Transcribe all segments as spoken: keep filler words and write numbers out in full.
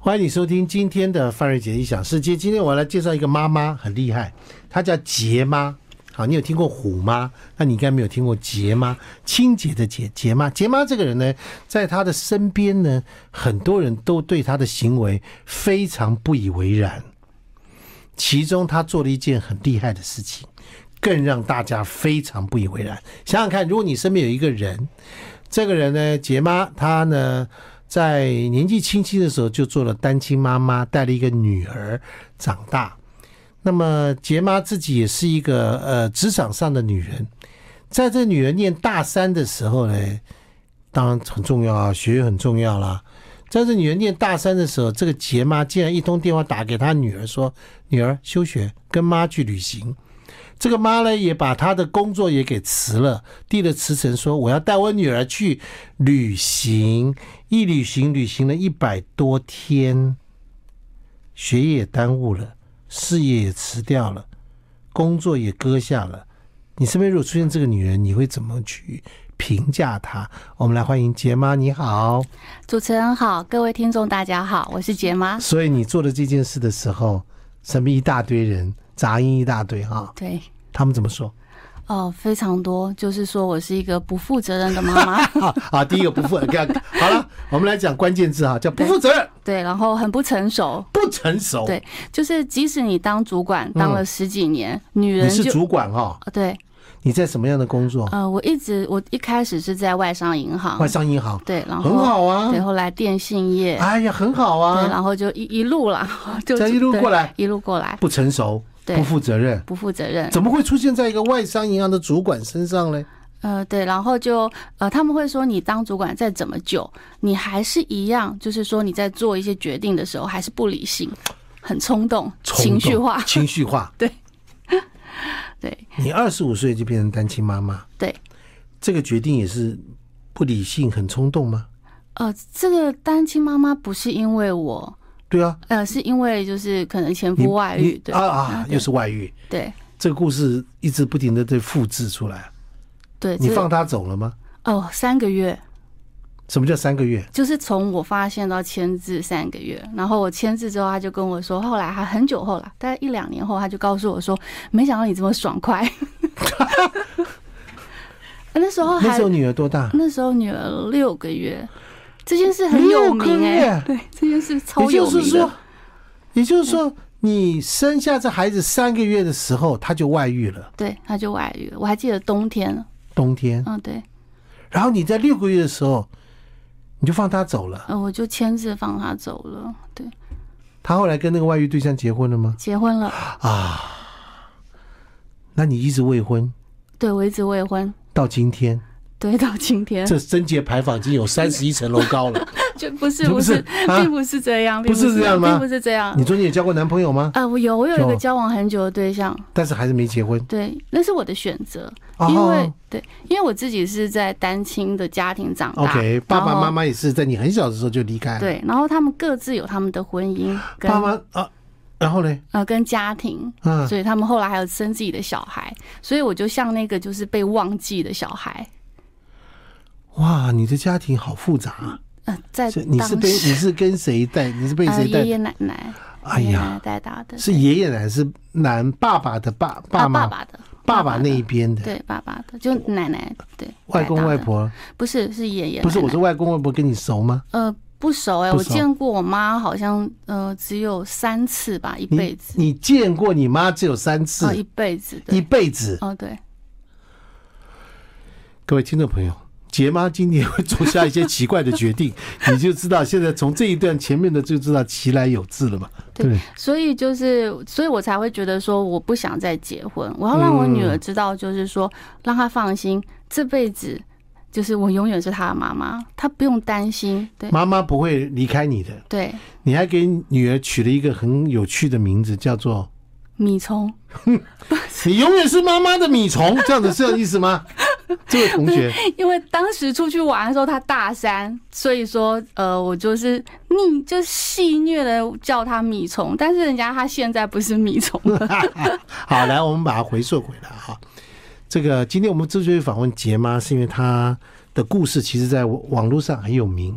欢迎你收听今天的范瑞杰异想世界。今天我来介绍一个妈妈，很厉害，她叫杰妈。好，你有听过虎妈？那你应该没有听过杰妈，清洁的洁，杰妈。杰妈这个人呢，在她的身边呢，很多人都对她的行为非常不以为然。其中她做了一件很厉害的事情，更让大家非常不以为然。想想看，如果你身边有一个人，这个人呢，杰妈，她呢在年纪轻轻的时候就做了单亲妈妈，带了一个女儿长大。那么杰妈自己也是一个呃职场上的女人，在这女人念大三的时候呢，当然很重要啊，学业很重要啦。在这女人念大三的时候，这个杰妈竟然一通电话打给她女儿说：“女儿休学，跟妈去旅行。”这个妈呢也把她的工作也给辞了，递了辞呈说我要带我女儿去旅行，一旅行旅行了一百多天，学业也耽误了，事业也辞掉了，工作也搁下了。你身边如果出现这个女人，你会怎么去评价她？我们来欢迎杰妈。你好。 主持人好，各位听众大家好，我是杰妈。 所以你做了这件事的时候，身边一大堆人，杂音一大堆哈。 对， 他们怎么说？ 哦，非常多，就是说我是一个不负责任的妈妈。 好，第一个不负责任。好了，我们来讲关键字哈，叫不负责任。 对，然后很不成熟。 不成熟。 对，就是即使你当主管当了十几年，嗯、女人就你是主管哈、哦？ 对。 你在什么样的工作？ 呃，我一直我一开始是在外商银行。 外商银行。 对，然后很好啊。 对，后来电信业。 哎呀，很好啊。 对，然后就一一路啦，就这一路过来， 一路过来， 不成熟。不负责任， 不负责任， 怎么会出现在一个外商银行的主管身上呢？ 呃，对，然后就呃，他们会说你当主管再怎么久，你还是一样，就是说你在做一些决定的时候还是不理性，很冲动，情绪化， 情绪化， 对，对。 你二十五岁就变成单亲妈妈， 对， 这个决定也是不理性、很冲动吗？ 呃，这个单亲妈妈不是因为我。 对啊， 呃，是因为就是可能前夫外遇，对啊啊，又是外遇， 对， 这个故事一直不停的在复制出来。 对， 你放他走了吗？ 哦，三个月。 什么叫三个月？ 就是从我发现到签字三个月，然后我签字之后，他就跟我说，后来他很久后来，大概一两年后，他就告诉我说，没想到你这么爽快。那时候还那时候女儿多大？ 那时候女儿六个月。这件事很有名哎、欸，对，这件事超有名的。也就是说， 也就是说，你生下这孩子三个月的时候，他就外遇了。 对，他就外遇了。我还记得冬天。 冬天。 嗯，对。 然后你在六个月的时候，你就放他走了。 呃，我就签字放他走了。对。 他后来跟那个外遇对象结婚了吗？ 结婚了。 啊。那你一直未婚？ 对，我一直未婚。 到今天。 对，到今天， 这贞节牌坊已经有三十一层楼高了。 就不是不是，并不是这样， 不是这样吗？ 并不是这样。 你中间有交过男朋友吗？ 啊，我有，我有一个交往很久的对象， 但是还是没结婚。 对，那是我的选择，因为对，因为我自己是在单亲的家庭长大。 OK， 爸爸妈妈也是在你很小的时候就离开了。 对，然后他们各自有他们的婚姻， 爸妈啊。然后呢？ 呃，跟家庭，嗯，所以他们后来还有生自己的小孩，所以我就像那个就是被忘记的小孩。 哇，你的家庭好复杂啊！ 呃，在你是被你是跟谁带？你是被谁带？ 爷爷奶奶， 哎呀， 带大的。 是爷爷奶奶是男爸爸的爸爸妈， 爸爸的爸爸那一边的， 对，爸爸的，就奶奶对。 外公外婆不是是爷爷， 不是我说外公外婆跟你熟吗？ 呃，不熟哎，我见过我妈好像呃只有三次吧，一辈子。 你见过你妈只有三次？ 哦，一辈子， 一辈子。 哦，对。 各位听众朋友。杰妈今天会做下一些奇怪的决定，你就知道现在从这一段前面的就知道其来有自了嘛。 对，对，所以就是，所以我才会觉得说，我不想再结婚，我要让我女儿知道，就是说，嗯、让她放心，这辈子就是我永远是她的妈妈，她不用担心。对， 妈妈不会离开你的。对，你还给女儿取了一个很有趣的名字，叫做米虫。 你永远是妈妈的米虫，这样子是这样意思吗？这位同学， 因为当时出去玩的时候他大三，所以说呃，我就是你就戏谑的叫他米虫，但是人家他现在不是米虫了。 好，来我们把它回溯回来哈。这个今天我们之所以访问杰妈，是因为她的故事其实在网络上很有名。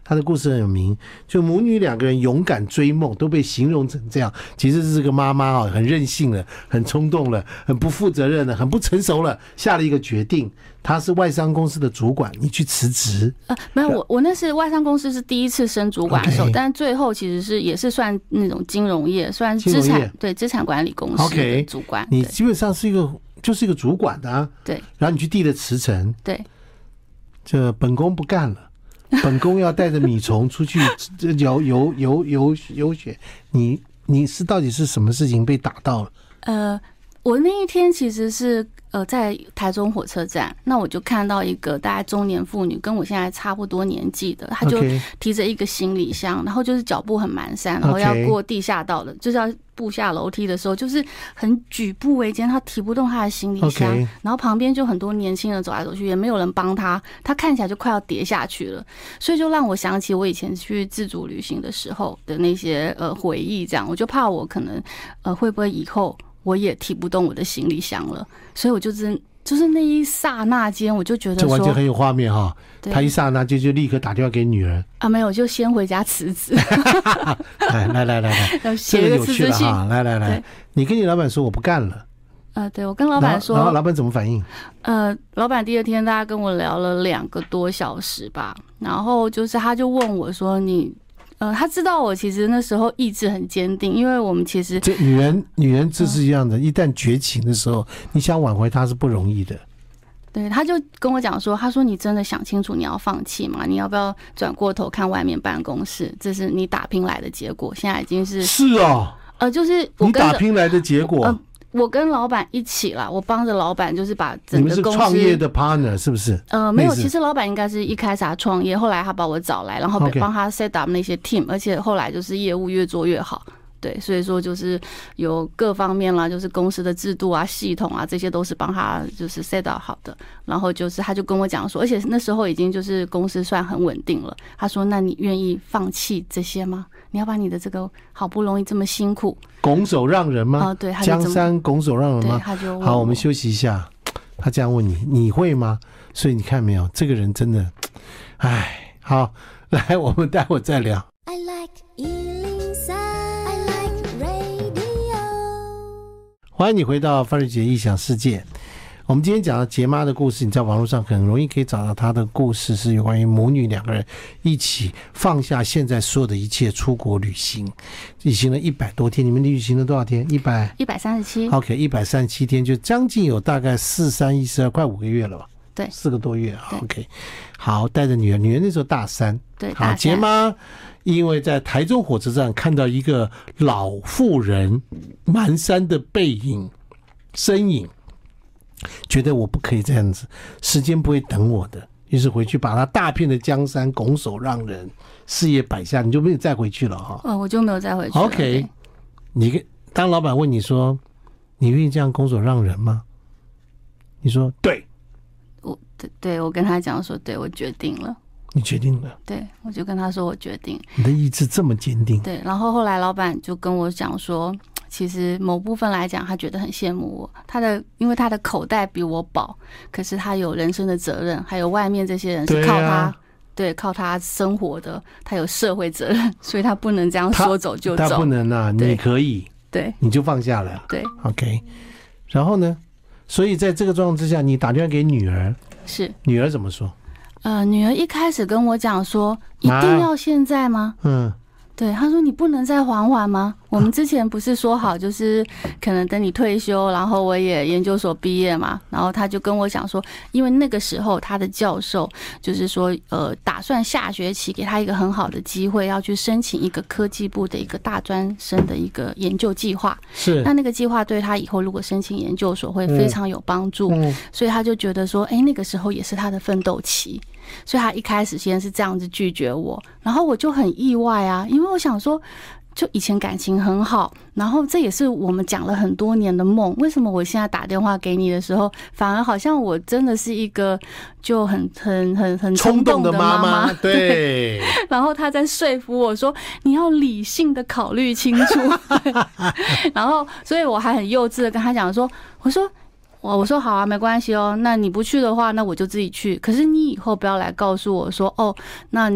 他的故事很有名，就母女两个人勇敢追梦，都被形容成这样。其实是这个妈妈啊，很任性了，很冲动了，很不负责任了，很不成熟了，下了一个决定。他是外商公司的主管，你去辞职？ 呃，没有，我我那是外商公司是第一次升主管的时候， okay. 但最后其实是也是算那种金融业，算资产对资产管理公司的主管。Okay. 你基本上是一个就是一个主管的啊。 对。 然后你去递了辞呈。 对。 这本宫不干了，本宫要带着米虫出去游游游游游学。你你是到底是什么事情被打到了？ 呃，我那一天其实是。呃，在台中火车站，那我就看到一个大概中年妇女，跟我现在差不多年纪的，她就提着一个行李箱，然后就是脚步很蹒跚，然后要过地下道的，就是要步下楼梯的时候，就是很举步维艰，她提不动她的行李箱，然后旁边就很多年轻人走来走去，也没有人帮她，她看起来就快要跌下去了，所以就让我想起我以前去自主旅行的时候的那些呃回忆，这样我就怕我可能呃会不会以后。我也提不动我的行李箱了，所以我就是就是那一刹那间，我就觉得说， 这完全很有画面哈。他一刹那间就立刻打电话给女儿啊，没有，就先回家辞职。 来来来来来， 写个辞职信。 来来来，你跟你老板说我不干了。 呃，对，我跟老板说， 然后老板怎么反应？ 呃，老板第二天大家跟我聊了两个多小时吧，然后就是他就问我说你。呃，他知道我其实那时候意志很坚定，因为我们其实这女人女人就是一样的，嗯、一旦绝情的时候，你想挽回她是不容易的。 对，他就跟我讲说，他说你真的想清楚你要放弃吗？你要不要转过头看外面办公室？这是你打拼来的结果，现在已经是是哦， 呃，就是我你打拼来的结果。 呃我跟老板一起啦，我帮着老板，就是把整个公司。 你们是创业的 partner 是不是？ 呃，没有，其实老板应该是一开始他创业，后来他把我找来，然后帮他 set up 那些 team， 而且后来就是业务越做越好。对，所以说就是有各方面啦，就是公司的制度啊、系统啊，这些都是帮他就是 set up 好的。然后就是他就跟我讲说，而且那时候已经就是公司算很稳定了。他说：“那你愿意放弃这些吗？你要把你的这个好不容易这么辛苦拱手让人吗？” 哦，对， 江山拱手让人吗？ 他就好，我们休息一下。他这样问你，你会吗？所以你看没有，这个人真的，哎，好，来，我们待会再聊。I like 一零三 I like radio。欢迎你回到范瑞杰异想世界。我们今天讲的杰妈的故事，你在网络上很容易可以找到她的故事，是有关于母女两个人一起放下现在所有的一切，出国旅行，旅行了一百多天。你们旅行了多少天？一百一百三十七。 OK， 一百三十七天，就将近有大概四三一十二，快五个月了吧？ 对， 四个多月。OK， 好，带着女儿，女儿那时候大三。 对， 好，杰妈因为在台中火车站看到一个老妇人蹒跚的背影身影。觉得我不可以这样子，时间不会等我的，于是回去把他大片的江山拱手让人，事业摆下，你就没有再回去了哈。 哦，我就没有再回去了。 OK， 你当老板问你说，你愿意这样拱手让人吗？你说对， 我对对我跟他讲说，对我决定了。 你决定了？ 对，我就跟他说我决定。 你的意志这么坚定？ 对，然后后来老板就跟我讲说。其实某部分来讲，他觉得很羡慕我。他的因为他的口袋比我饱，可是他有人生的责任，还有外面这些人是靠他，对,、啊、对靠他生活的，他有社会责任，所以他不能这样说走就走。 他, 他不能啊，你可以， 对， 你就放下了。 对 ，OK。然后呢？所以在这个状况之下，你打电话给女儿， 是女儿怎么说？ 呃，女儿一开始跟我讲说，一定要现在吗？啊、嗯。对，他说你不能再缓缓吗？我们之前不是说好，就是可能等你退休，然后我也研究所毕业嘛。然后他就跟我讲说，因为那个时候他的教授就是说，呃，打算下学期给他一个很好的机会，要去申请一个科技部的一个大专生的一个研究计划。 是， 那那个计划对他以后如果申请研究所会非常有帮助。嗯嗯、所以他就觉得说，哎，那个时候也是他的奋斗期。所以他一开始先是这样子拒绝我，然后我就很意外啊，因为我想说，就以前感情很好，然后这也是我们讲了很多年的梦，为什么我现在打电话给你的时候，反而好像我真的是一个就很很很很冲动的妈妈？ 对。 然后他在说服我说，你要理性的考虑清楚。然后，所以我还很幼稚的跟他讲说，我说。我我说好啊，没关系哦。那你不去的话，那我就自己去。可是你以后不要来告诉我说，哦，那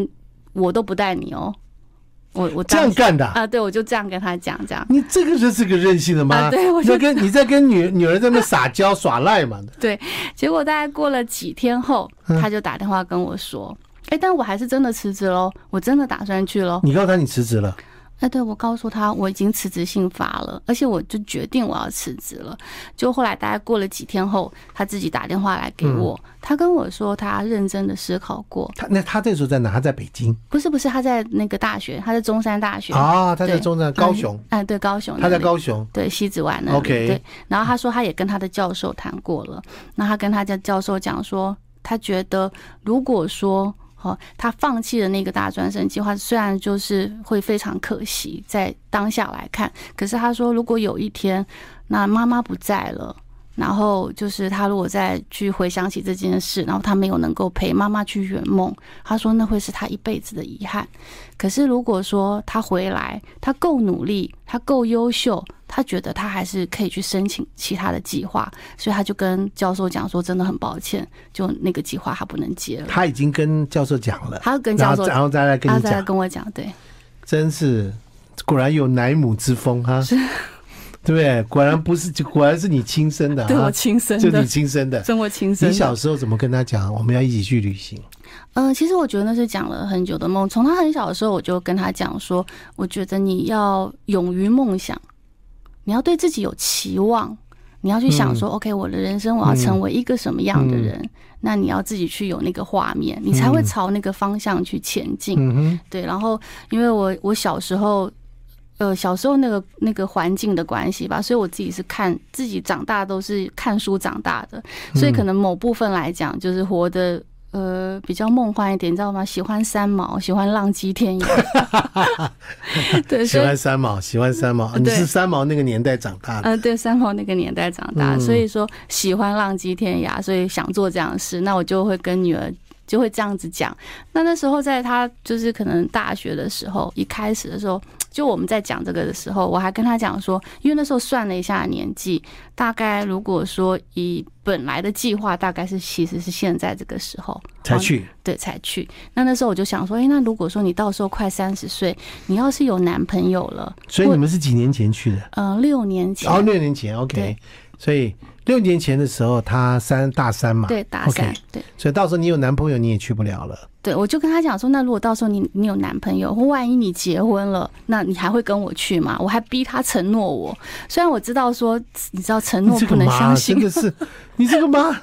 我都不带你哦。我我这样干的 啊, 啊？对，我就这样跟他讲，这样。 你这个人是个任性的妈， 啊、对，我就在跟你在跟女女儿在那边撒娇耍赖嘛。 对，结果大概过了几天后，他就打电话跟我说：“哎、嗯，但我还是真的辞职喽，我真的打算去喽。” 你告诉他你辞职了？ 哎，对，我告诉他我已经辞职信发了，而且我就决定我要辞职了。就后来大概过了几天后，他自己打电话来给我，嗯、他跟我说他认真的思考过。 他那他那时候在哪？他在北京？ 不是不是，他在那个大学，他在中山大学啊，他在中山高雄。 哎、嗯，对，高雄。 他在高雄， 对，西子湾那里。 OK。 对，然后他说他也跟他的教授谈过了，那他跟他的教授讲说，他觉得如果说。哦，他放弃了那个大专生计划，虽然就是会非常可惜，在当下来看，可是他说，如果有一天，那妈妈不在了，然后就是他如果再去回想起这件事，然后他没有能够陪妈妈去圆梦，他说那会是他一辈子的遗憾。可是如果说他回来，他够努力，他够优秀，他觉得他还是可以去申请其他的计划，所以他就跟教授讲说，真的很抱歉，就那个计划他不能接了。 他已经跟教授讲了， 他跟教授， 然后再来跟你讲， 再来跟我讲，对， 真是果然有乃母之风哈。对不对？果然不是，果然是你亲生的、啊， 对我亲生的， 就你亲生的， 真我亲生的。 你小时候怎么跟他讲我们要一起去旅行？ 呃，其实我觉得那是讲了很久的梦。从他很小的时候，我就跟他讲说，我觉得你要勇于梦想，你要对自己有期望，你要去想说、嗯、，OK， 我的人生我要成为一个什么样的人？嗯、那你要自己去有那个画面，你才会朝那个方向去前进。嗯、对，然后因为我我小时候。呃，小时候那个那个环境的关系吧，所以我自己是看自己长大都是看书长大的，所以可能某部分来讲，就是活得呃比较梦幻一点，你知道吗？喜欢三毛，喜欢浪迹天涯，对， 喜欢三毛，喜欢三毛，你是三毛那个年代长大的， 呃，对，三毛那个年代长大，嗯、所以说喜欢浪迹天涯，所以想做这样的事，那我就会跟女儿。就会这样子讲。那那时候在他就是可能大学的时候，一开始的时候，就我们在讲这个的时候，我还跟他讲说，因为那时候算了一下年纪，大概如果说以本来的计划，大概是其实是现在这个时候才去， 对，才去。那那时候我就想说，哎、欸，那如果说你到时候快三十岁，你要是有男朋友了， 所以你们是几年前去的？ 呃，六年前。 哦，六年前 ，OK。所以六年前的时候，他三大三嘛， 对，大三， okay, 对。 所以到时候你有男朋友，你也去不了了。 对，我就跟他讲说，那如果到时候你你有男朋友，或万一你结婚了，那你还会跟我去吗？我还逼他承诺我，虽然我知道说，你知道承诺不能相信， 真的是你这个妈。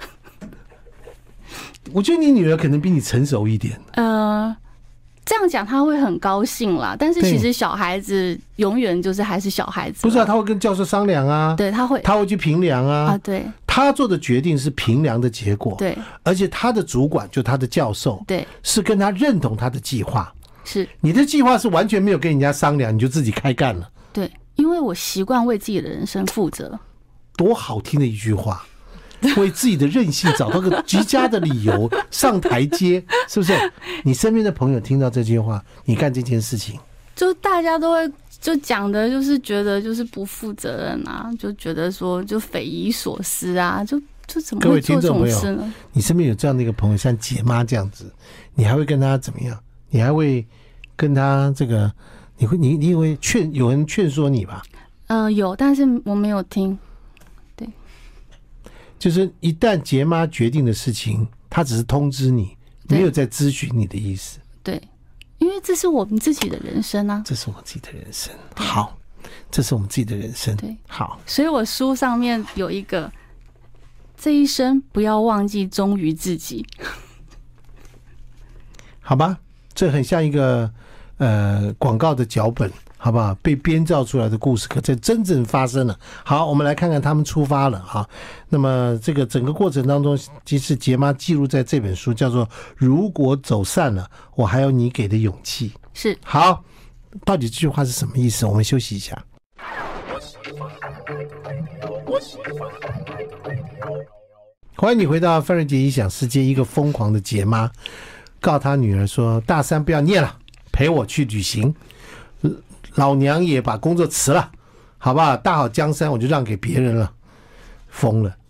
我觉得你女儿可能比你成熟一点。 呃。这样讲他会很高兴啦，但是其实小孩子永远就是还是小孩子。 不是啊，他会跟教授商量啊， 对，他会， 他会去评量啊， 啊，对， 他做的决定是评量的结果， 对， 而且他的主管就他的教授， 对， 是跟他认同他的计划， 是你的计划是完全没有跟人家商量，你就自己开干了， 对，因为我习惯为自己的人生负责， 多好听的一句话。为自己的任性找到个极佳的理由上台阶，是不是？你身边的朋友听到这句话，你干这件事情， 就大家都会就讲的，就是觉得就是不负责任啊，就觉得说就匪夷所思啊，就就怎么会做这种事呢？ 你身边有这样的一个朋友，像杰妈这样子，你还会跟他怎么样？你还会跟他这个，你会你你也会劝有人劝说你吧？ 嗯、呃，有，但是我没有听。 就是一旦杰妈决定的事情，他只是通知你，没有在咨询你的意思。 对，因为这是我们自己的人生啊， 这是我自己的人生。好，这是我们自己的人生。 对， 好， 所以我书上面有一个，这一生不要忘记忠于自己。 好吧，这很像一个呃广告的脚本。好不好？被编造出来的故事，可这真正发生了。好，我们来看看他们出发了哈。那么这个整个过程当中，其实杰妈记录在这本书，叫做《如果走散了，我还有你给的勇气》。 是。 好，到底这句话是什么意思？我们休息一下。欢迎你回到范瑞杰异想世界。一个疯狂的杰妈告他女儿说：“大三不要念了，陪我去旅行。”老娘也把工作辞了，好不好？大好江山我就让给别人了，疯了。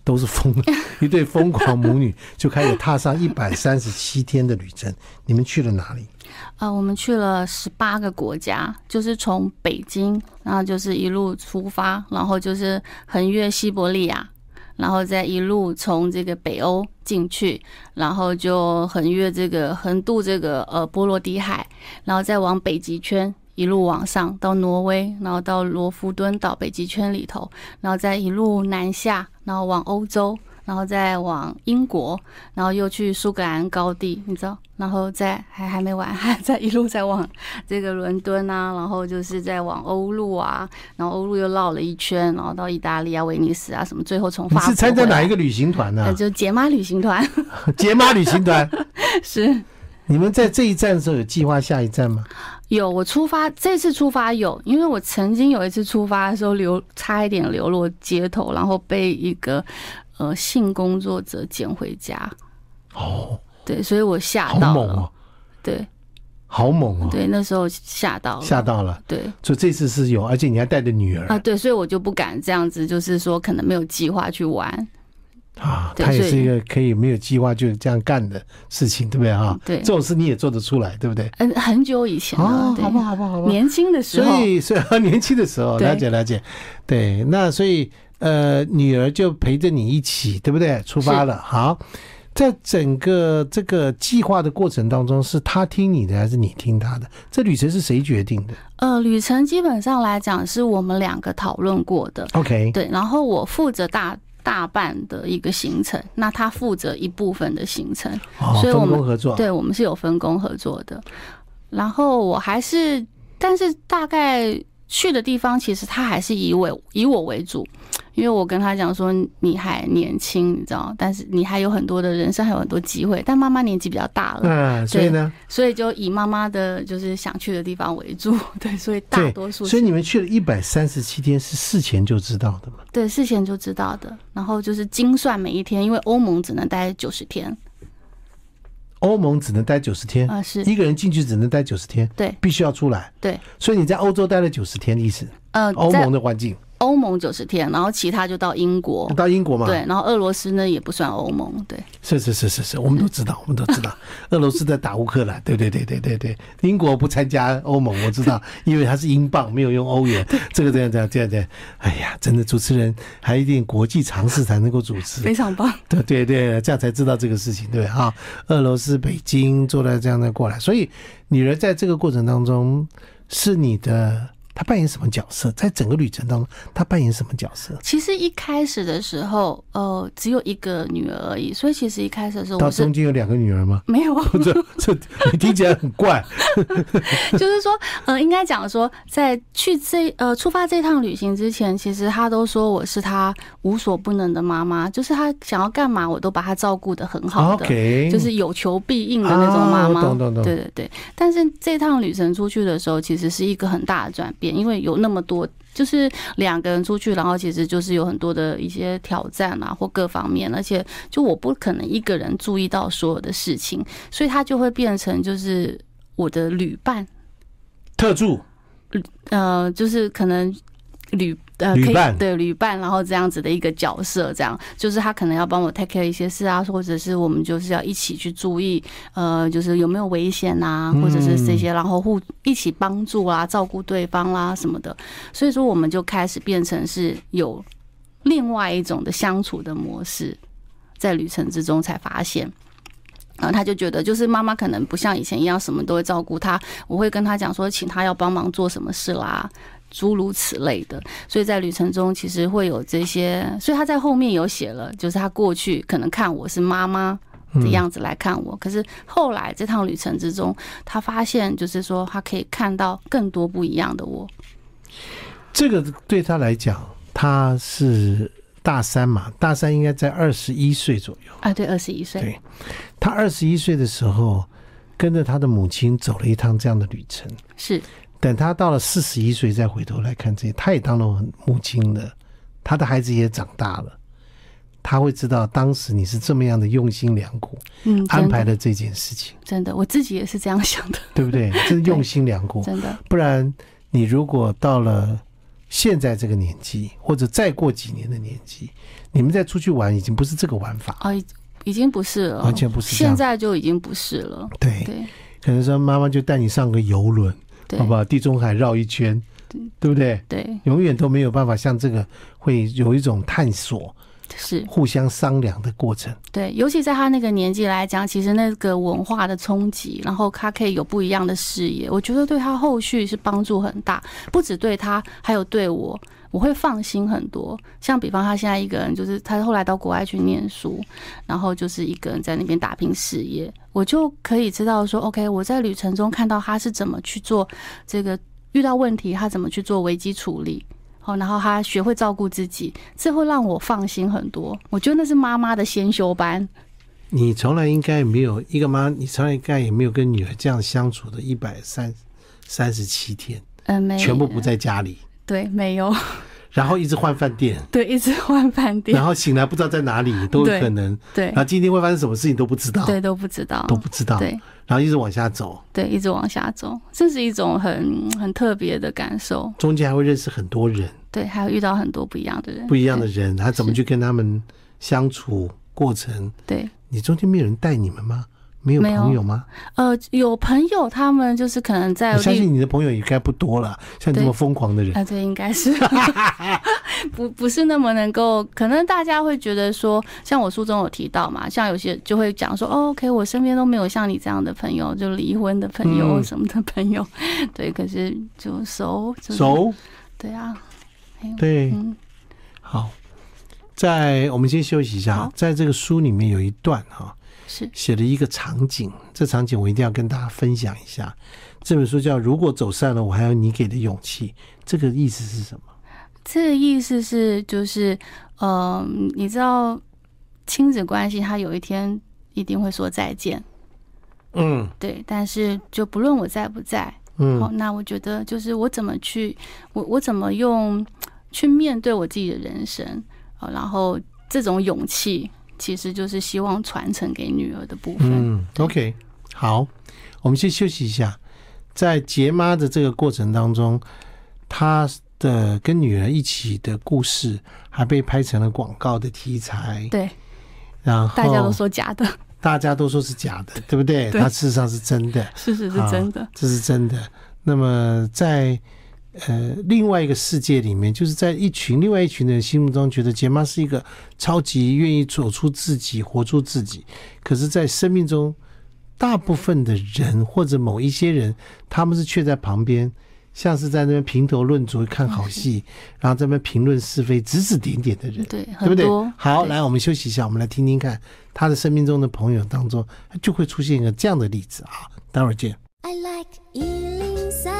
都是疯一对疯狂母女，就开始踏上一百三十七天的旅程。你们去了哪里？ 呃，我们去了十八个国家，就是从北京，然后就是一路出发，然后就是横越西伯利亚，然后再一路从这个北欧进去，然后就横越这个横渡这个呃波罗的海，然后再往北极圈一路往上到挪威，然后到罗夫敦岛北极圈里头，然后再一路南下，然后往欧洲，然后再往英国，然后又去苏格兰高地，你知道，然后再还还没完，还再一路再往这个伦敦啊，然后就是再往欧陆啊，然后欧陆又绕了一圈，然后到意大利啊、威尼斯啊什么，最后从法国。 你是参加哪一个旅行团呢、啊？ 就杰妈旅行团。 杰妈旅行团是。 你们在这一站的时候有计划下一站吗？ 有，我出发这次出发有，因为我曾经有一次出发的时候流差一点流落街头，然后被一个呃性工作者捡回家。 哦， 对，所以我吓到了。 好猛哦！ 对， 好猛哦！ 对，那时候吓到了， 吓到了。 对， 所以这次是有，而且你还带着女儿啊，对，所以我就不敢这样子，就是说可能没有计划去玩。 啊，他也是一个可以没有计划就这样干的事情，对不对啊？ 对， 这种事你也做得出来，对不对？ 嗯，很久以前了， 哦，好吧，好吧，好吧。 年轻的时候， 所以，所以年轻的时候，了解了解。对，那所以呃，女儿就陪着你一起，对不对？出发了。好，在整个这个计划的过程当中，是她听你的还是你听她的？这旅程是谁决定的？ 呃，旅程基本上来讲是我们两个讨论过的。 OK， 对，然后我负责大。大半的一个行程，那他负责一部分的行程， 哦、 所以我们分工合作， 对我们是有分工合作的。然后我还是，但是大概去的地方，其实他还是以我以我为主，因为我跟他讲说你还年轻，你知道，但是你还有很多的人生，还有很多机会。但妈妈年纪比较大了， 嗯，所以呢， 所以就以妈妈的就是想去的地方为主，对，所以大多数， 所以你们去了一百三十七天是事前就知道的吗？ 对，事前就知道的。然后就是精算每一天，因为欧盟只能待九十天。 欧盟只能待九十天， 啊、呃，是一个人进去只能待九十天， 对， 必须要出来， 对， 所以你在欧洲待了九十天的意思， 呃， 欧盟的环境， 欧盟九十天，然后其他就到英国， 到英国嘛， 对，然后俄罗斯呢也不算欧盟，对， 是是是是是，我们都知道，我们都知道，俄罗斯在打乌克兰，对对对对对对，英国不参加欧盟，我知道，因为它是英镑，没有用欧元，这个这样这样这样这样，哎呀，真的主持人还一定国际常识才能够主持， 非常棒， 对对对，这样才知道这个事情，对吧？哈，俄罗斯北京做了这样的过来，所以女儿在这个过程当中是你的。他扮演什么角色？在整个旅程当中，他扮演什么角色？ 其实一开始的时候，呃，只有一个女儿而已，所以其实一开始的时候， 到中间有两个女儿吗？ 没有， 这这你听起来很怪。 就是说，呃，应该讲说，在去这呃出发这趟旅行之前，其实他都说我是他无所不能的妈妈，就是他想要干嘛，我都把他照顾得很好的， okay. 就是有求必应的那种妈妈。 啊、懂懂懂。 对对对。但是这趟旅程出去的时候，其实是一个很大的转变。因为有那么多，就是两个人出去，然后其实就是有很多的一些挑战啊，或各方面，而且就我不可能一个人注意到所有的事情，所以他就会变成就是我的旅伴、 特助， 呃，就是可能旅呃旅伴， 对旅伴，然后这样子的一个角色，这样就是他可能要帮我 take care 一些事啊，或者是我们就是要一起去注意，呃，就是有没有危险啊，或者是这些，然后互一起帮助啊，照顾对方啦、啊、什么的。所以说，我们就开始变成是有另外一种的相处的模式，在旅程之中才发现。然后他就觉得，就是妈妈可能不像以前一样什么都会照顾他，我会跟他讲说，请他要帮忙做什么事啦。诸如此类的，所以在旅程中其实会有这些，所以他在后面有写了，就是他过去可能看我是妈妈的样子来看我，嗯、可是后来这趟旅程之中，他发现就是说他可以看到更多不一样的我。 这个对他来讲，他是大三嘛，大三应该在二十一岁左右啊，对，二十一岁。 对，他二十一岁的时候，跟着他的母亲走了一趟这样的旅程， 是。 等他到了四十一岁再回头来看这些，他也当了母亲了，他的孩子也长大了，他会知道当时你是这么样的用心良苦，嗯，安排了这件事情。 真的，我自己也是这样想的， 对不对？这是用心良苦， 真的。 不然你如果到了现在这个年纪，或者再过几年的年纪，你们再出去玩已经不是这个玩法哦，已经不是了， 完全不是这样， 现在就已经不是了。 对对， 可能说妈妈就带你上个游轮，好不好？地中海绕一圈，对，对不对？ 对， 永远都没有办法像这个会有一种探索。 是互相商量的过程。 对，尤其在他那个年纪来讲，其实那个文化的冲击，然后他可以有不一样的视野，我觉得对他后续是帮助很大，不止对他，还有对我，我会放心很多。像比方他现在一个人，就是他后来到国外去念书，然后就是一个人在那边打拼事业，我就可以知道说 OK， 我在旅程中看到他是怎么去做这个遇到问题，他怎么去做危机处理，然后他学会照顾自己，这会让我放心很多。我觉得那是妈妈的先修班。 你从来应该没有一个妈，你从来应该也没有跟女儿这样相处的一百三三十七天， 嗯，没有， 全部不在家里， 对，没有。 然后一直换饭店， 对，一直换饭店， 然后醒来不知道在哪里都有可能， 对， 然后今天会发生什么事情都不知道， 对，都不知道， 都不知道， 对， 然后一直往下走， 对，一直往下走，这是一种很很特别的感受。 中间还会认识很多人， 对，还有遇到很多不一样的人， 不一样的人，他怎么去跟他们相处过程？ 对， 你中间没有人带你们吗？没有朋友吗？ 呃，有朋友，他们就是可能在， 我相信你的朋友也该不多了，像这么疯狂的人啊，对，应该是不不是那么能够，可能大家会觉得说，像我书中有提到嘛，像有些就会讲说，哦 ，OK， 我身边都没有像你这样的朋友，就离婚的朋友什么的朋友，嗯、对，可是就熟熟， 对啊， 对，嗯，好，在我们先休息一下，在这个书里面有一段哈。 是写了一个场景，这场景我一定要跟大家分享一下。这本书叫《如果走散了，我还有你给的勇气》，这个意思是什么？ 这个意思是就是，呃，你知道亲子关系，它有一天一定会说再见， 嗯， 对。但是就不论我在不在，嗯，好，那我觉得就是我怎么去，我我怎么用去面对我自己的人生，好，然后这种勇气。其实就是希望传承给女儿的部分。 嗯 ，OK， 好，我们先休息一下。在杰妈的这个过程当中，她的跟女儿一起的故事还被拍成了广告的题材。 对， 然后大家都说假的， 大家都说是假的，对不对？它事实上是真的， 是是是真的， 这是真的。那么在呃，另外一个世界里面，就是在一群另外一群的人心目中，觉得杰妈是一个超级愿意走出自己、活出自己。可是，在生命中，大部分的人或者某一些人，他们是却在旁边，像是在那边评头论足、看好戏，然后在那边评论是非、指指点点的人， 对， 对不对？好， 对， 来，我们休息一下，我们来听听看他的生命中的朋友当中，就会出现一个这样的例子啊。待会儿见。I like 一零三。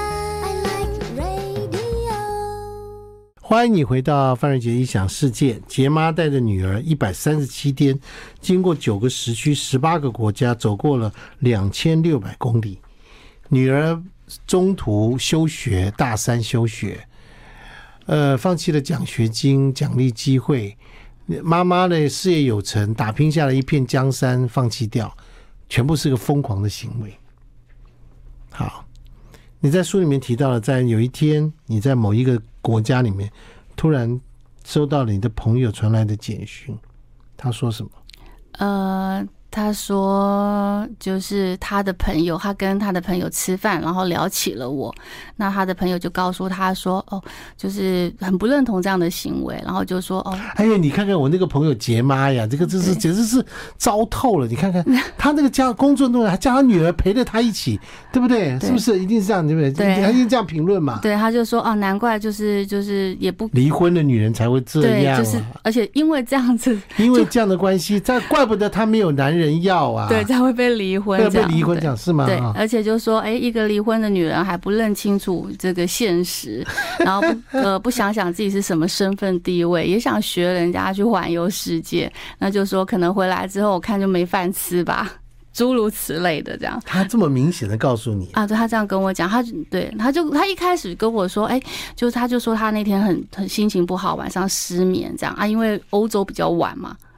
欢迎你回到范瑞杰异想世界。杰妈带着女儿一百三十七天，经过九个时区、十八个国家，走过了两千六百公里。女儿中途休学，大三休学，呃，放弃了奖学金、奖励机会。妈妈呢，事业有成，打拼下了一片江山，放弃掉，全部是个疯狂的行为。好。你在书里面提到了，在有一天你在某一个国家里面突然收到了你的朋友传来的简讯，他说什么？ 呃，他说就是他的朋友，他跟他的朋友吃饭，然后聊起了我。那他的朋友就告诉他说，哦，就是很不认同这样的行为，然后就说，哦， 哎呀，你看看我那个朋友杰妈呀，这个真是简直是糟透了。你看看他那个家工作中还叫他女儿陪着他一起，对不对？ 对， 是不是一定是这样？对不对？ 对， 他一定这样评论嘛？ 对，他就说，哦，难怪就是就是也不离婚的女人才会这样、啊， 对，就是而且因为这样子， 因为这样的关系，再怪不得他没有男人要啊， 对，才会被离婚， 会被离婚这样是吗？ 对，而且就说，哎，一个离婚的女人还不认清楚这个现实，然后不呃不想想自己是什么身份地位，也想学人家去环游世界，那就说可能回来之后我看就没饭吃吧，诸如此类的这样。 他这么明显的告诉你啊？对，他这样跟我讲，他对他就他一开始跟我说，哎，就他就说他那天很很心情不好，晚上失眠这样啊，因为欧洲比较晚嘛。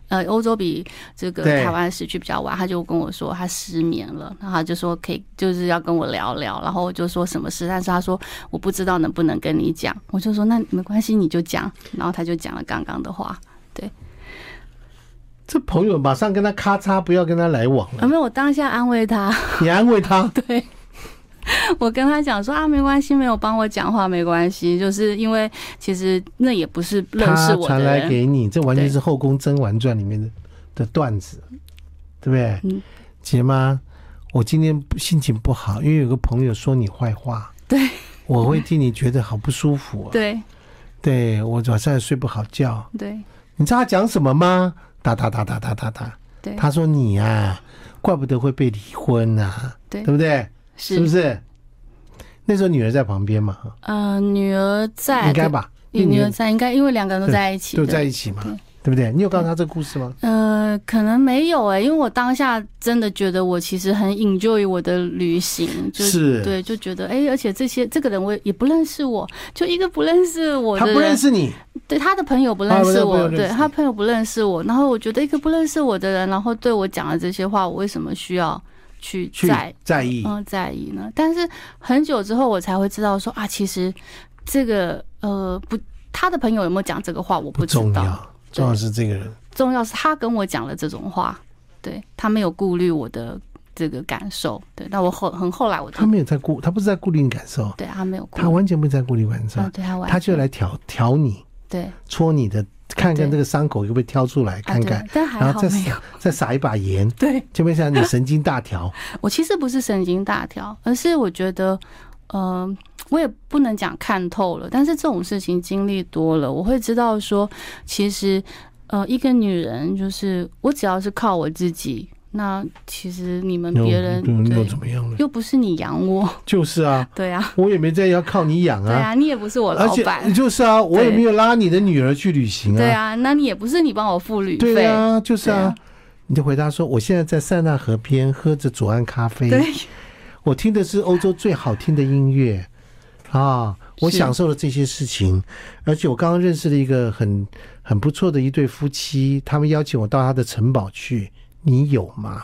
呃，欧洲比这个对台湾时区比较晚，他就跟我说他失眠了，然后他就说可以，就是要跟我聊聊，然后我就说什么事，但是他说我不知道能不能跟你讲，我就说那没关系，你就讲，然后他就讲了刚刚的话，对。 这朋友马上跟他咔嚓，不要跟他来往了。 啊，没有，我当下安慰他， 你安慰他， 对。我跟他讲说啊，没关系，没有帮我讲话没关系，就是因为其实那也不是认识我的人。 他传来给你，这完全是《后宫甄嬛传》里面的的段子，对不对？嗯，姐妈，我今天心情不好，因为有个朋友说你坏话， 对， 我会替你觉得好不舒服啊。 对， 对我晚上也睡不好觉。 对， 你知道他讲什么吗？哒哒哒哒哒哒哒。 对， 他说你啊，怪不得会被离婚啊， 对， 对不对？ 是, 是不是？那时候女儿在旁边嘛？ 呃，女儿在， 应该吧？ 女儿在，应该因为两个人都在一起， 都在一起嘛，对, 对不对？你有告诉他这个故事吗？ 呃，可能没有哎、欸，因为我当下真的觉得我其实很 enjoy 我的旅行，就是对，就觉得哎、欸，而且这些这个人我也不认识我，就一个不认识我的人， 他不认识你， 对，他的朋友不认识我，啊、对他朋友不认识我，然后我觉得一个不认识我的人，然后对我讲了这些话，我为什么需要？去在在意， 嗯，在意呢。但是很久之后，我才会知道说啊，其实这个呃不，他的朋友有没有讲这个话，我不知道。 不重要，重要是这个人， 重要是他跟我讲了这种话，对他没有顾虑我的这个感受。对，那我后很后来我他没有在顾，他不是在顾虑你感受， 对他没有顾虑， 他完全不在顾虑感受， 啊、对他完全他就来挑挑你， 对， 戳你的。看看这个伤口会不会挑出来看看， 啊、但还好然后再再撒一把盐， 对， 就没想到你神经大条。 我其实不是神经大条，而是我觉得，呃，我也不能讲看透了，但是这种事情经历多了，我会知道说，其实，呃，一个女人就是我只要是靠我自己。那其实你们别人又怎么样了？ 又不是你养我， 就是啊， 对啊， 我也没在要靠你养啊， 对啊，你也不是我老板， 而且就是啊，我也没有拉你的女儿去旅行啊， 对啊，那你也不是你帮我付旅费， 对啊，就是啊，你就回答说，我现在在塞纳河边喝着左岸咖啡， 对， 我听的是欧洲最好听的音乐啊，我享受了这些事情，而且我刚刚认识了一个很很不错的一对夫妻，他们邀请我到他的城堡去。你有吗？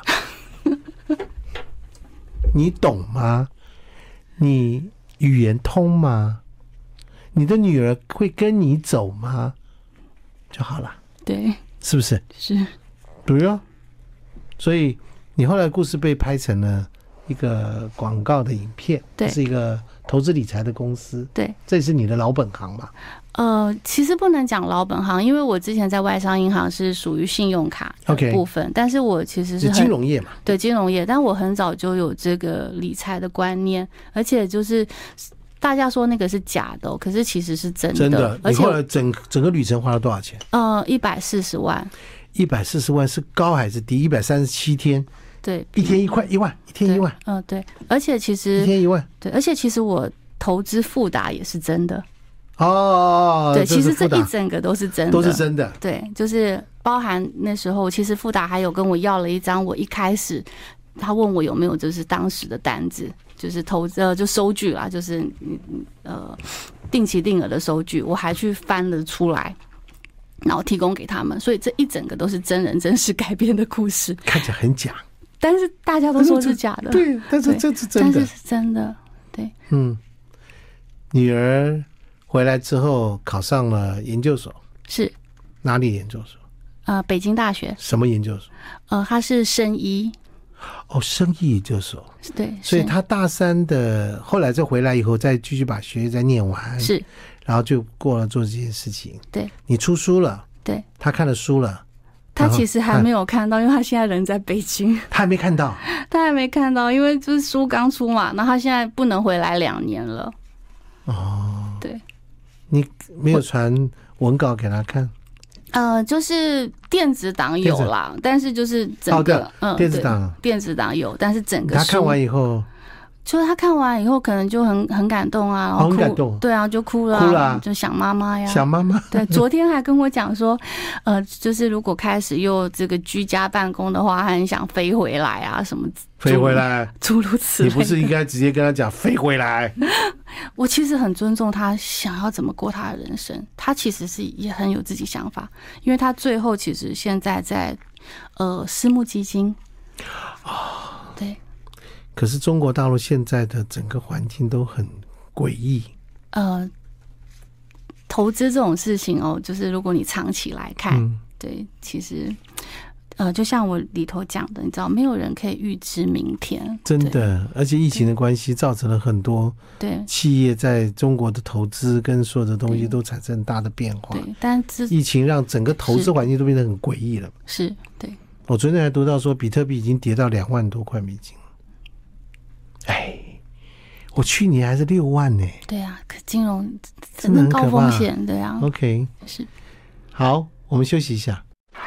你懂吗？你语言通吗？你的女儿会跟你走吗？就好了。 对， 是不是？ 是， 对啊。所以你后来的故事被拍成了一个广告的影片， 对， 是一个投资理财的公司， 对， 这是你的老本行吧？ 呃，其实不能讲老本行，因为我之前在外商银行是属于信用卡的部分， okay, 但是我其实是金融业嘛， 对金融业，但我很早就有这个理财的观念，而且就是大家说那个是假的、哦，可是其实是真的。 真的， 而且你后来整整个旅程花了多少钱？ 呃，一百四十万。 一百四十万是高还是低？一百三十七天， 对， 一天一块一万，一天一万。 嗯、呃，对，而且其实一天一万， 对，而且其实我投资富达也是真的。 哦， 对，其实这一整个都是真的， 都是真的。 对，就是包含那时候，其实富达还有跟我要了一张，我一开始他问我有没有就是当时的单子，就是投资呃就收据啦，就是呃定期定额的收据，我还去翻了出来，然后提供给他们，所以这一整个都是真人真事改编的故事， 看起来很假， 但是大家都说是假的， 对，但是这是真的， 但是是真的，对， 嗯，女儿回来之后考上了研究所， 是哪里研究所？ 呃，北京大学。 什么研究所？ 呃，他是生医。 哦，生医研究所。 对， 所以他大三的后来再回来以后，再继续把学业再念完， 是， 然后就过了做这件事情。 对， 你出书了， 对， 他看了书了， 他其实还没有看到，因为他现在人在北京， 他还没看到， 他还没看到，因为就是书刚出嘛，那他现在不能回来两年了。 哦， 对。 你没有传文稿给他看？ 呃，就是电子档有啦，但是就是整个、 哦、嗯，电子档， 电子档有，但是整个他看完以后， 就是他看完以后可能就很很感动啊，然后哭， 很感动， 对啊，就哭了、啊， 哭了、啊， 就想妈妈呀， 想妈妈。 对，昨天还跟我讲说，呃，就是如果开始又这个居家办公的话，他很想飞回来啊，什么飞回来， 诸如此类。 你不是应该直接跟他讲飞回来？ 我其实很尊重他想要怎么过他的人生，他其实是也很有自己想法，因为他最后其实现在在呃私募基金啊，对。 可是中国大陆现在的整个环境都很诡异。 呃，投资这种事情哦，就是如果你长期来看，嗯、对，其实呃，就像我里头讲的，你知道，没有人可以预知明天， 真的。而且疫情的关系，造成了很多对企业在中国的投资跟所有的东西都产生很大的变化。 对，但是疫情让整个投资环境都变得很诡异了。 是，对。 我昨天还读到说，比特币已经跌到两万多块美金。哎，我去年还是六万呢。 对啊，可金融真的高风险，对啊。 OK， 是。 好，我们休息一下。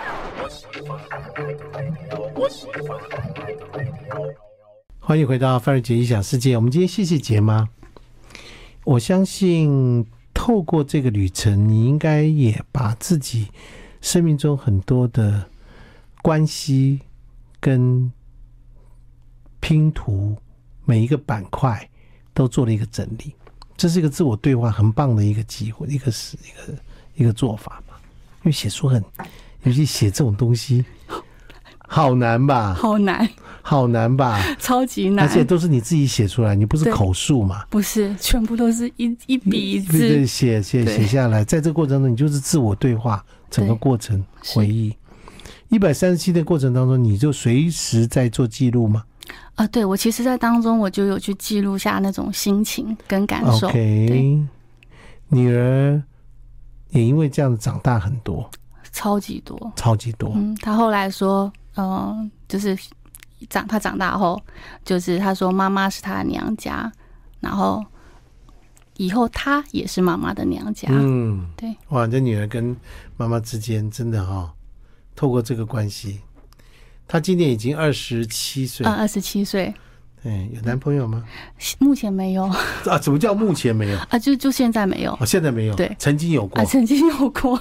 欢迎回到范瑞杰异想世界。我们今天谢谢杰妈。我相信透过这个旅程，你应该也把自己生命中很多的关系跟拼图每一个板块都做了一个整理，这是一个自我对话很棒的一个机会，一个是一个一个做法嘛。因为写书很，尤其写这种东西，好难吧？ 好难， 好难吧？ 超级难， 而且都是你自己写出来，你不是口述嘛？ 不是，全部都是一一笔一字， 对，写写写下来，在这个过程中，你就是自我对话，整个过程回忆。一百三十七的过程当中，你就随时在做记录吗？ 啊、呃，对，我其实在当中我就有去记录下那种心情跟感受。 OK， 女儿也因为这样子长大很多， 超级多， 超级多。 嗯，她后来说，嗯、呃，就是长她长大后，就是她说妈妈是她的娘家，然后以后她也是妈妈的娘家。嗯，对， 哇，这女儿跟妈妈之间真的哈、哦，透过这个关系。他今年已经二十七岁， 啊，二十七岁。 对，有男朋友吗？ 目前没有。 啊，什么叫目前没有？ 啊，就就现在没有。 哦，现在没有。 对， 曾经有过。 啊，曾经有过。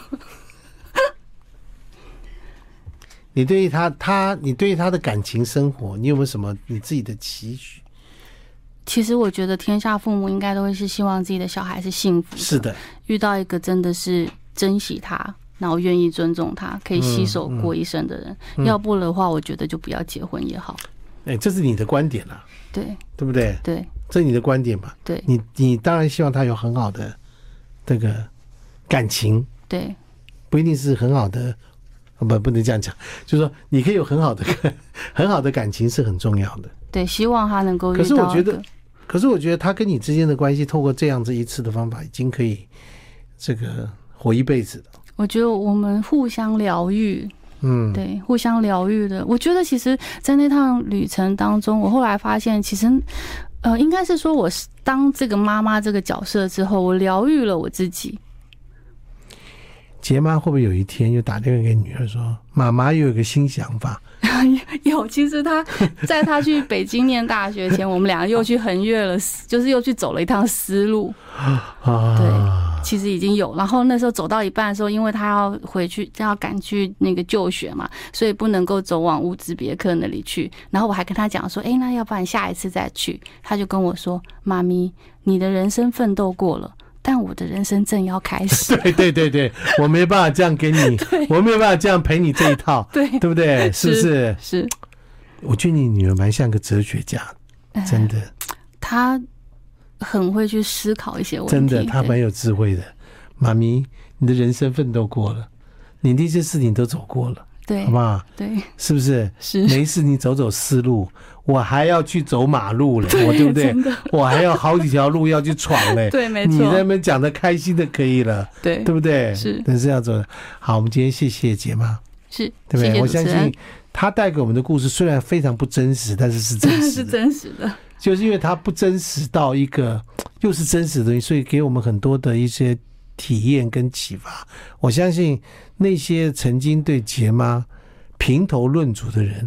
你对于他，他，你对于他的感情生活，你有没有什么你自己的期许？ 其实我觉得，天下父母应该都会是希望自己的小孩是幸福的。 是的，遇到一个真的是珍惜他。然后愿意尊重他，可以携手过一生的人，嗯嗯、要不的话，我觉得就不要结婚也好。 哎、欸，这是你的观点啊， 对， 对不对？ 对， 这是你的观点嘛？ 对， 你你当然希望他有很好的这个感情， 对， 不一定是很好的，不不能这样讲，就是说你可以有很好的很好的感情是很重要的。 对，希望他能够遇到。 可是我觉得，可是我觉得他跟你之间的关系，透过这样子一次的方法，已经可以这个活一辈子了。 我觉得我们互相疗愈，嗯，对，互相疗愈的。我觉得其实，在那趟旅程当中，我后来发现，其实，呃，应该是说我当这个妈妈这个角色之后，我疗愈了我自己。 杰妈会不会有一天又打电话给女儿说：“妈妈又有个新想法？” 有，其实他在他去北京念大学前，我们两个又去横越了，就是又去走了一趟丝路。啊，对，其实已经有。然后那时候走到一半的时候，因为他要回去，要赶去那个就学嘛，所以不能够走往乌兹别克那里去。然后我还跟他讲说：“哎，那要不然下一次再去。”他就跟我说：“妈咪，你的人生奋斗过了。”但我的人生正要开始。 对对对对，我没办法这样给你，我没有办法这样陪你这一套， 对对不对？是不是？ 是。 我觉得你女儿蛮像个哲学家，真的。 她很会去思考一些问题， 真的，她蛮有智慧的。妈咪，你的人生奋斗过了，你那些事情都走过了， 对， 好不好？ 对， 是不是？ 是。 没事，你走走丝路。我还要去走马路了， 对我对不对？我还有好几条路要去闯嘞。 对，没错。 你在那边讲的开心的可以了， 对， 对不对？ 是， 但是要走的。好，我们今天谢谢杰妈， 是， 对不对？ 谢谢我相信他带给我们的故事虽然非常不真实，但是是真实的， 是真实的。 就是因为它不真实到一个又是真实的东西，所以给我们很多的一些体验跟启发。我相信那些曾经对杰妈评头论足的人，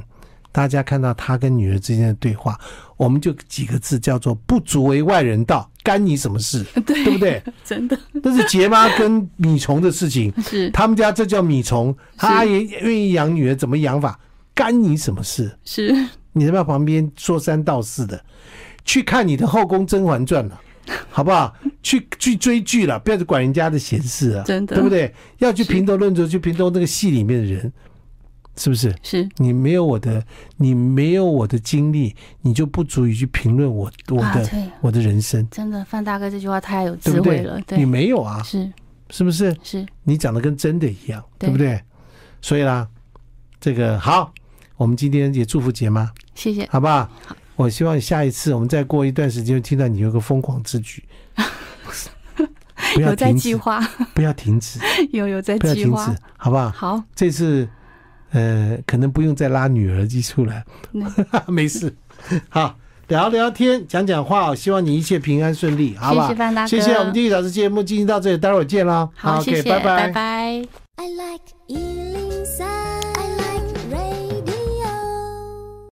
大家看到他跟女儿之间的对话，我们就几个字叫做不足为外人道，干你什么事？ 对， 对不对？ 真的， 这是杰妈跟米虫的事情， 是他们家这叫米虫，他也愿意养女儿，怎么养法？干你什么事？ 是你在旁边说三道四的，去看你的后宫《甄嬛传》了，好不好？去去追剧了，不要去管人家的闲事啊， 真的， 对不对？要去评头论足，去评头那个戏里面的人，是不是？ 是你没有我的，你没有我的经历，你就不足以去评论我我的、啊、我的人生。 真的，范大哥这句话太有智慧了， 对, 对, 对，你没有啊， 是是不是？ 是你讲的跟真的一样， 对, 对不对？所以啦，这个好。我们今天也祝福杰妈， 谢谢， 好不好？ 好， 我希望下一次我们再过一段时间，听到你有个疯狂之举，不要停止，有在计划， 不要停止， 有有在计划， 不要停止，好不好？ 好， 这次呃，可能不用再拉女儿一出来，没事。好，聊聊天，讲讲话，希望你一切平安顺利，好不好？ 谢谢范大哥， 谢谢。我们第一个小时节目进行到这里，待会儿见喽。 好，谢谢， okay, 拜拜， 拜拜。 I like 一零三